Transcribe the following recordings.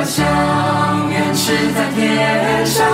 乡原是在天上，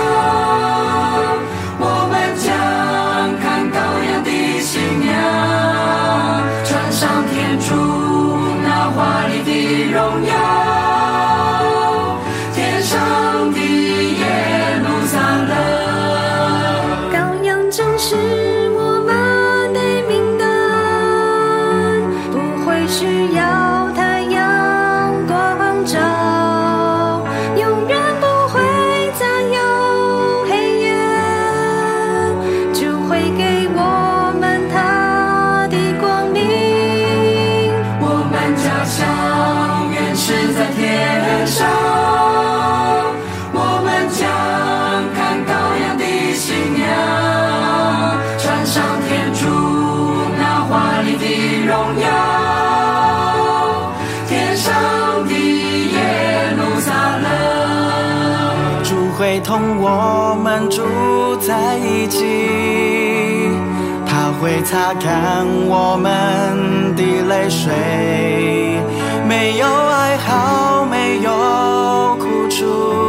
我们将看羔羊的新娘，穿上天主那华丽的荣耀，天上的耶路撒冷。 羔羊正是我们的明灯，不会需要太阳光照，永远不会再有黑夜，就会给我们他的光明。 我们家乡原是在天上，我们将看羔羊的新娘，穿上天主那华丽的荣耀，天上的耶路撒冷。 主会同我们住在一起，他会擦干我们的泪水，没有哀嚎，没有苦楚，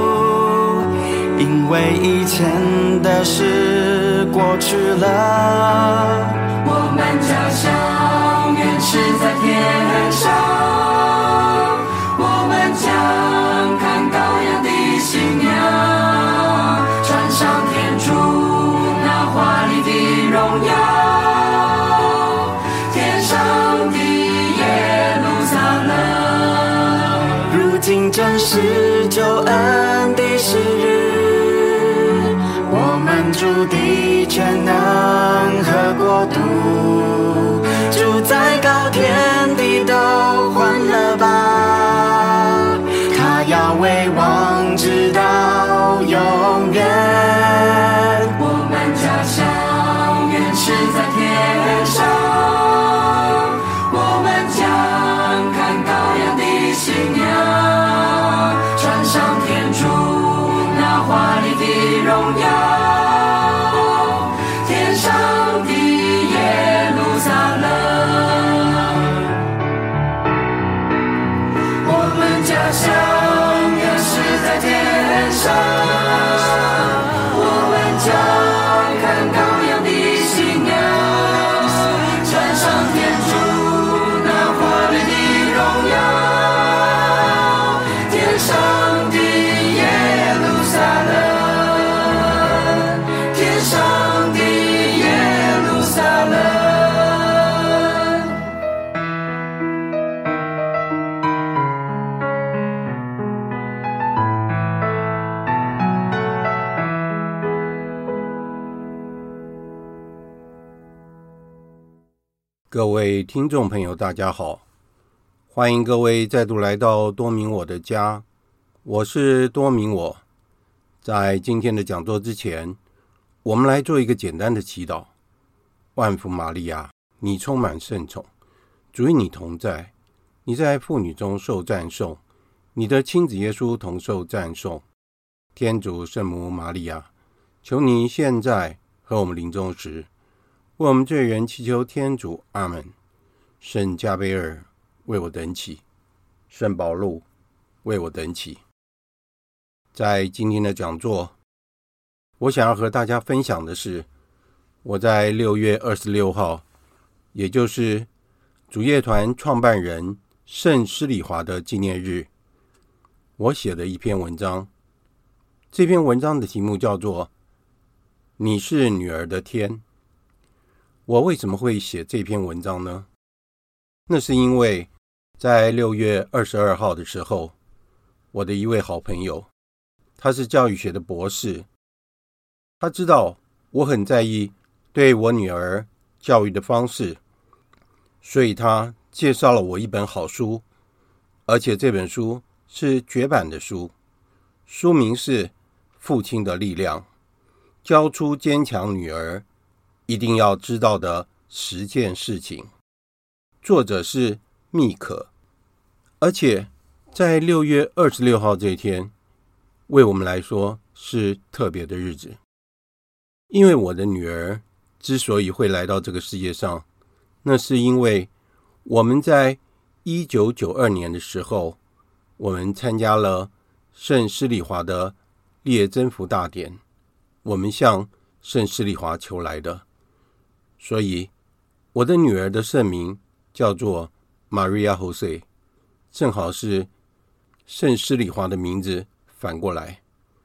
因为以前的事过去了。 我们家乡原是在天上，我们将看羔羊的新娘，穿上天主那华丽的荣耀，天上的耶路撒冷。 如今正是救恩的时日，我们主的全能和国度，住在高天地都欢乐吧，他要为王直到永远。 我们家乡原是在天上，我们将看羔羊的新娘，穿上天主那华丽的荣耀，天上的耶路撒冷。我们家乡原是在天上，我们将看羔羊的新娘，穿上天主那华丽的荣耀，天上的耶路撒冷，天上的耶路撒冷。 各位听众朋友大家好，欢迎各位再度来到多明我的家，我是多明我。在今天的讲座之前，我们来做一个简单的祈祷。万福玛利亚，你充满圣宠，主与你同在，你在妇女中受赞颂，你的亲子耶稣同受赞颂。天主圣母玛利亚，求你现在和我们临终时，为我们罪人祈求天主。阿们。圣加贝尔，为我等起。圣保禄，为我等起。在今天的讲座，我想要和大家分享的是，我在6月26号，也就是主业团创办人圣施礼华的纪念日，我写的一篇文章。这篇文章的题目叫做你是女儿的天。我为什么会写这篇文章呢？那是因为在6月22号的时候，我的一位好朋友，他是教育学的博士，他知道我很在意对我女儿教育的方式，所以他介绍了我一本好书，而且这本书是绝版的书，书名是《父亲的力量》，教出坚强女儿一定要知道的10件事情。作者是密可，而且在6月26号这一天，为我们来说是特别的日子，因为我的女儿之所以会来到这个世界上，那是因为我们在1992年的时候，我们参加了圣施礼华的列征服大典，我们向圣施礼华求来的。所以我的女儿的圣名叫做 Maria Jose， 正好是圣施礼华的名字反过来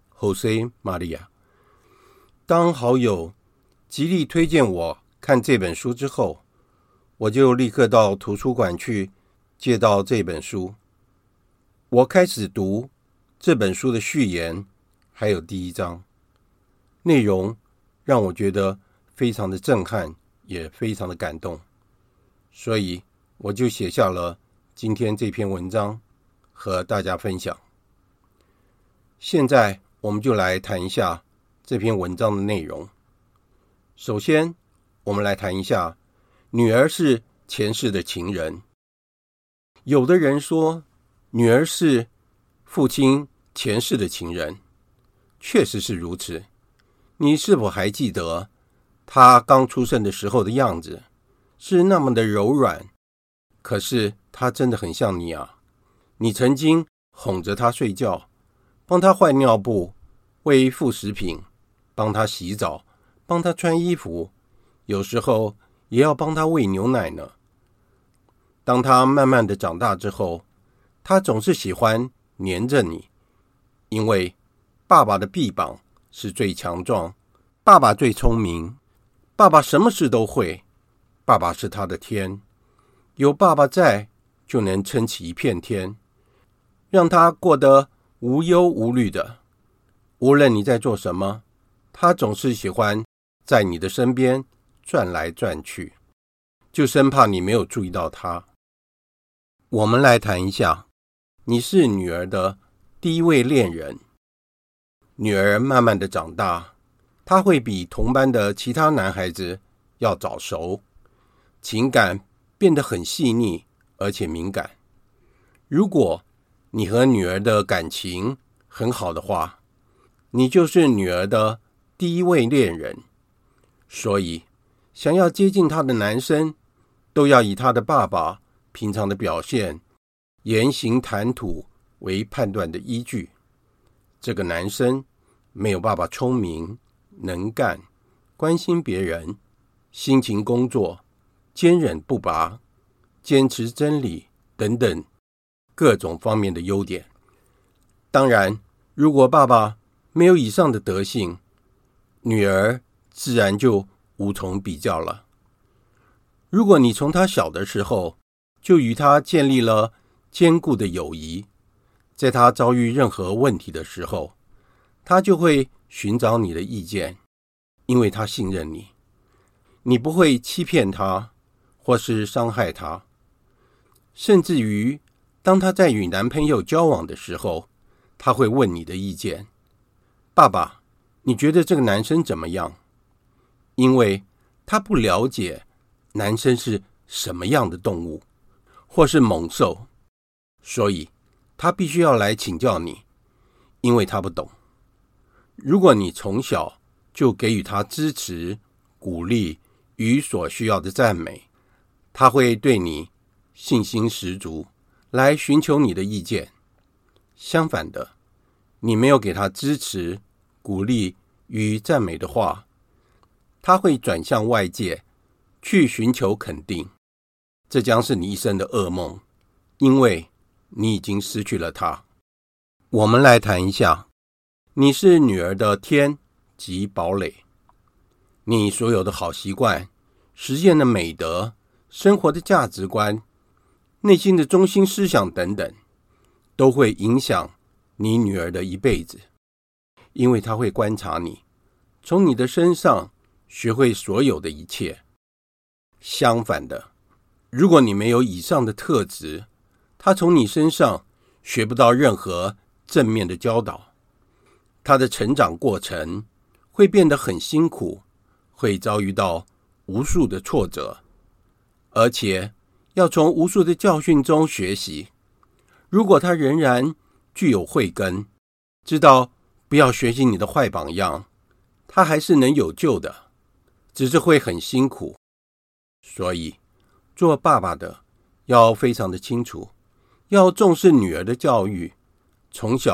Jose Maria。 当好友极力推荐我看这本书之后，我就立刻到图书馆去借到这本书。我开始读这本书的序言还有第一章，内容让我觉得非常的震撼，也非常的感动，所以我就写下了今天这篇文章和大家分享。现在我们就来谈一下这篇文章的内容。首先我们来谈一下女儿是前世的情人。有的人说女儿是父亲前世的情人，确实是如此。你是否还记得他刚出生的时候的样子，是那么的柔软，可是他真的很像你啊。你曾经哄着他睡觉，帮他换尿布，喂副食品，帮他洗澡，帮他穿衣服，有时候也要帮他喂牛奶呢。当他慢慢的长大之后，他总是喜欢黏着你，因为爸爸的臂膀是最强壮，爸爸最聪明，爸爸什么事都会，爸爸是他的天，有爸爸在就能撑起一片天，让他过得无忧无虑的。无论你在做什么，他总是喜欢在你的身边转来转去，就生怕你没有注意到他。我们来谈一下，你是女儿的第一位恋人。女儿慢慢的长大，她会比同班的其他男孩子要早熟，情感变得很细腻而且敏感。如果你和女儿的感情很好的话，你就是女儿的第一位恋人。所以想要接近她的男生，都要以她的爸爸平常的表现、言行谈吐为判断的依据。这个男生没有爸爸聪明、能干、关心别人、辛勤工作、坚韧不拔、坚持真理等等各种方面的优点。当然，如果爸爸没有以上的德性，女儿自然就无从比较了。如果你从他小的时候就与他建立了坚固的友谊，在他遭遇任何问题的时候，他就会寻找你的意见，因为他信任你，你不会欺骗他或是伤害他。甚至于当他在与男朋友交往的时候，他会问你的意见。爸爸，你觉得这个男生怎么样？因为他不了解男生是什么样的动物或是猛兽，所以他必须要来请教你，因为他不懂。如果你从小就给予他支持、鼓励与所需要的赞美，他会对你信心十足，来寻求你的意见。相反的，你没有给他支持、鼓励与赞美的话，他会转向外界去寻求肯定，这将是你一生的噩梦，因为你已经失去了他。我们来谈一下，你是女儿的天及堡垒。你所有的好习惯、实践的美德、生活的价值观、内心的中心思想等等，都会影响你女儿的一辈子，因为她会观察你，从你的身上学会所有的一切。相反的，如果你没有以上的特质，她从你身上学不到任何正面的教导，她的成长过程会变得很辛苦，会遭遇到无数的挫折，而且要从无数的教训中学习。如果她仍然具有慧根，知道不要学习你的坏榜样，她还是能有救的，只是会很辛苦。所以做爸爸的要非常的清楚，要重视女儿的教育，从小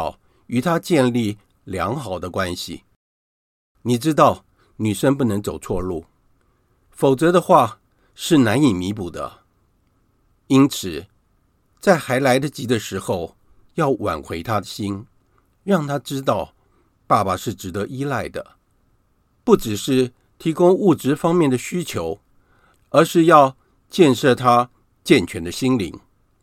与他建立良好的关系。你知道女生不能走错路，否则的话是难以弥补的。因此在还来得及的时候，要挽回他的心，让他知道爸爸是值得依赖的，不只是提供物质方面的需求，而是要建设他健全的心灵。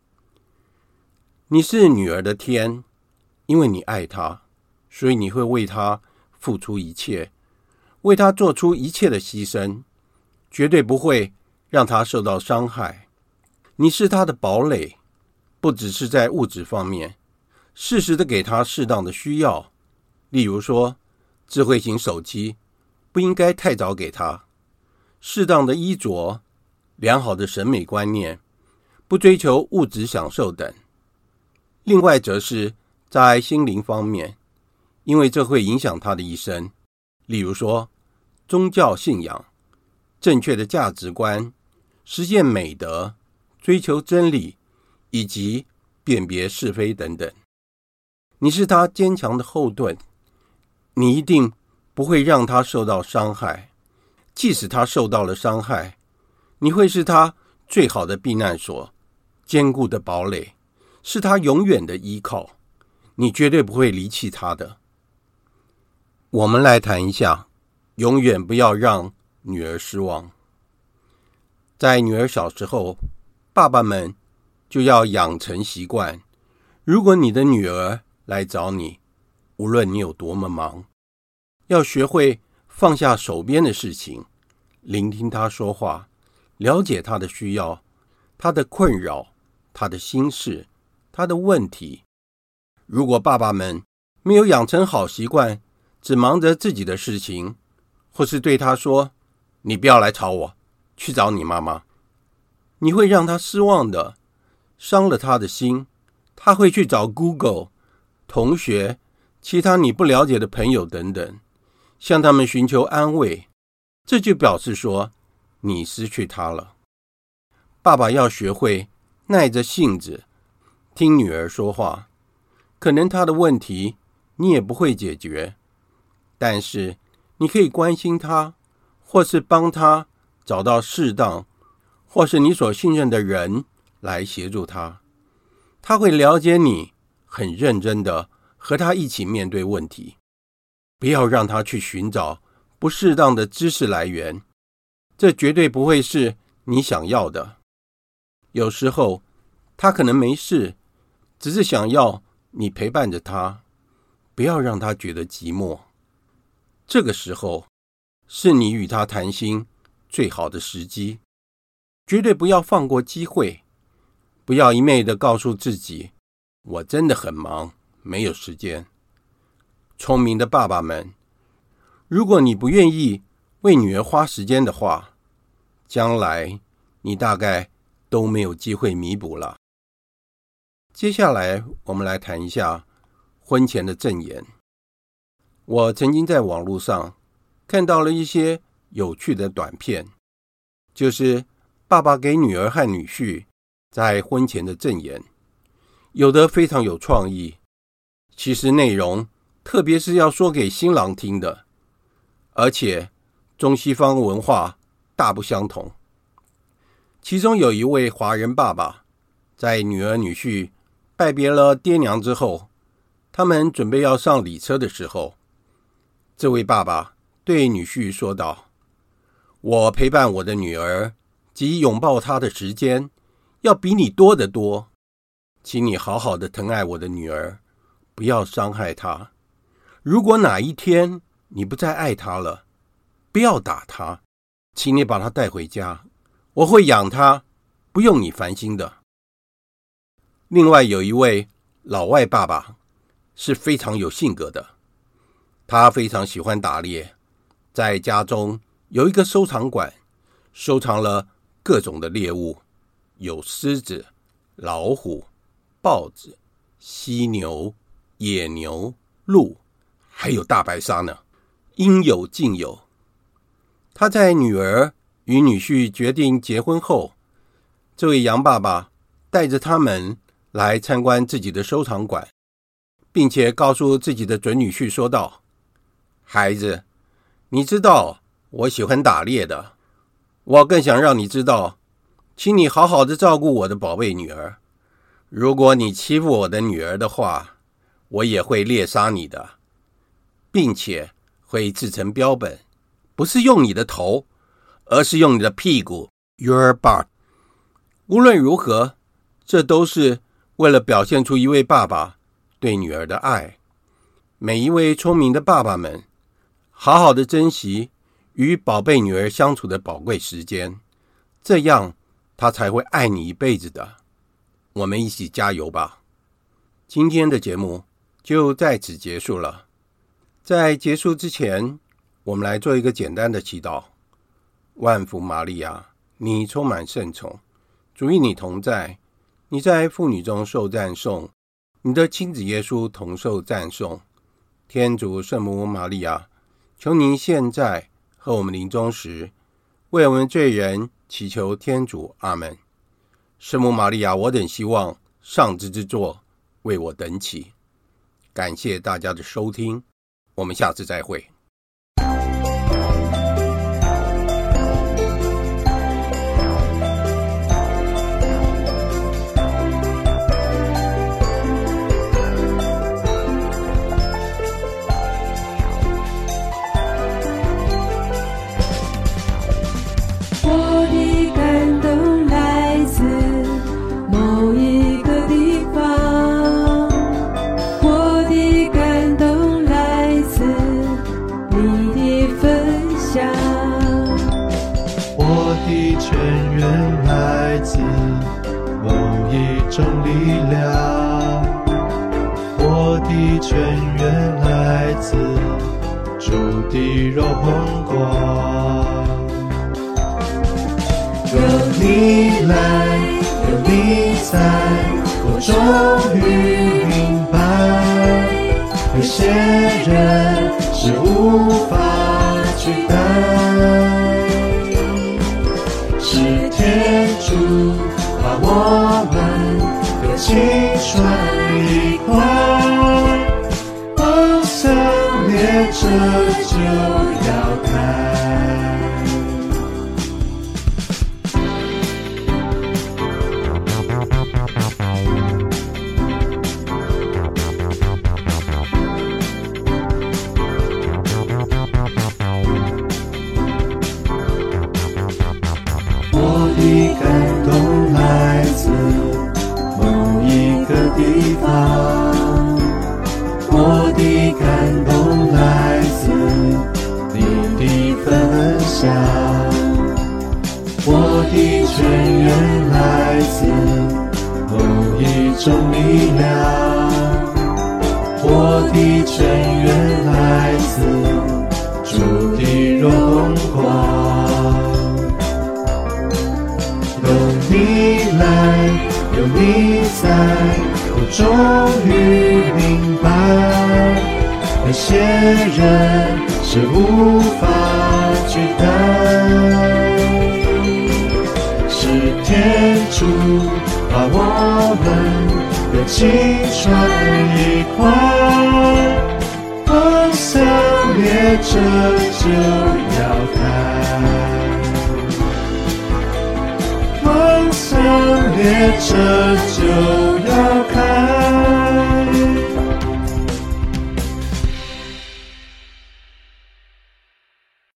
你是女儿的天，因为你爱她，所以你会为她付出一切，为她做出一切的牺牲，绝对不会让她受到伤害。你是她的堡垒，不只是在物质方面，适时的给她适当的需要，例如说智慧型手机不应该太早给她，适当的衣着，良好的审美观念，不追求物质享受等。另外则是在心灵方面，因为这会影响他的一生，例如说宗教信仰、正确的价值观、实践美德、追求真理，以及辨别是非等等。你是他坚强的后盾，你一定不会让他受到伤害，即使他受到了伤害，你会是他最好的避难所，坚固的堡垒，是他永远的依靠，你绝对不会离弃他的。我们来谈一下，永远不要让女儿失望。在女儿小时候，爸爸们就要养成习惯，如果你的女儿来找你，无论你有多么忙，要学会放下手边的事情，聆听她说话，了解她的需要，她的困扰，她的心事，她的问题。如果爸爸们没有养成好习惯，只忙着自己的事情，或是对她说，你不要来吵我，去找你妈妈，你会让她失望的，伤了她的心。她会去找 Google、 同学、其他你不了解的朋友等等，向他们寻求安慰，这就表示说你失去她了。爸爸要学会耐着性子听女儿说话，可能她的问题你也不会解决，但是你可以关心她，或是帮她找到适当或是你所信任的人来协助她。她会了解你，很认真的和她一起面对问题，不要让她去寻找不适当的知识来源，这绝对不会是你想要的。有时候她可能没事，只是想要你陪伴着她，不要让她觉得寂寞。这个时候是你与她谈心最好的时机，绝对不要放过机会，不要一昧的告诉自己，我真的很忙，没有时间。聪明的爸爸们，如果你不愿意为女儿花时间的话，将来你大概都没有机会弥补了。接下来我们来谈一下婚前的赠言。我曾经在网络上看到了一些有趣的短片，就是爸爸给女儿和女婿在婚前的赠言，有的非常有创意，其实内容特别是要说给新郎听的，而且中西方文化大不相同。其中有一位华人爸爸，在女儿女婿拜别了爹娘之后，他们准备要上礼车的时候，这位爸爸对女婿说道，我陪伴我的女儿及拥抱她的时间要比你多得多，请你好好的疼爱我的女儿，不要伤害她。如果哪一天你不再爱她了，不要打她，请你把她带回家，我会养她，不用你烦心的。另外有一位老外爸爸是非常有性格的，他非常喜欢打猎，在家中有一个收藏馆，收藏了各种的猎物，有狮子、老虎、豹子、犀牛、野牛、鹿，还有大白鲨呢，应有尽有。他在女儿与女婿决定结婚后，这位杨爸爸带着他们来参观自己的收藏馆， 并且告诉自己的准女婿说道：孩子，你知道我喜欢打猎的，我更想让你知道，请你好好的照顾我的宝贝女儿。如果你欺负我的女儿的话，我也会猎杀你的，并且会制成标本，不是用你的头，而是用你的屁股 your butt。 无论如何，这都是为了表现出一位爸爸对女儿的爱。每一位聪明的爸爸们，好好的珍惜与宝贝女儿相处的宝贵时间，这样她才会爱你一辈子的。我们一起加油吧。今天的节目就在此结束了。在结束之前，我们来做一个简单的祈祷。万福玛利亚，你充满圣宠，主与你同在，你在妇女中受赞颂，你的亲子耶稣同受赞颂。天主圣母玛利亚，求您现在和我们临终时，为我们罪人祈求天主。阿们。圣母玛利亚，我等希望上智之作为我等起。感谢大家的收听，我们下次再会。 我的感动来自某一个地方，我的感动来自你的分享， 我的泉源来自某一种力量，我的泉源来自主的荣光。有你来，有你在，我终于明白，有些人是无法取代，是天主把我们的青春一块，梦想列车就要开。我的感动来自某一个地方，我的感动来自你的分享，我的泉源来自某一种力量，我的泉源来自主的荣光。有你来，有你在，我终于明白，有些人是无法取代，是天主把我们的青春一块，梦想列车就要开，梦想列车就要开。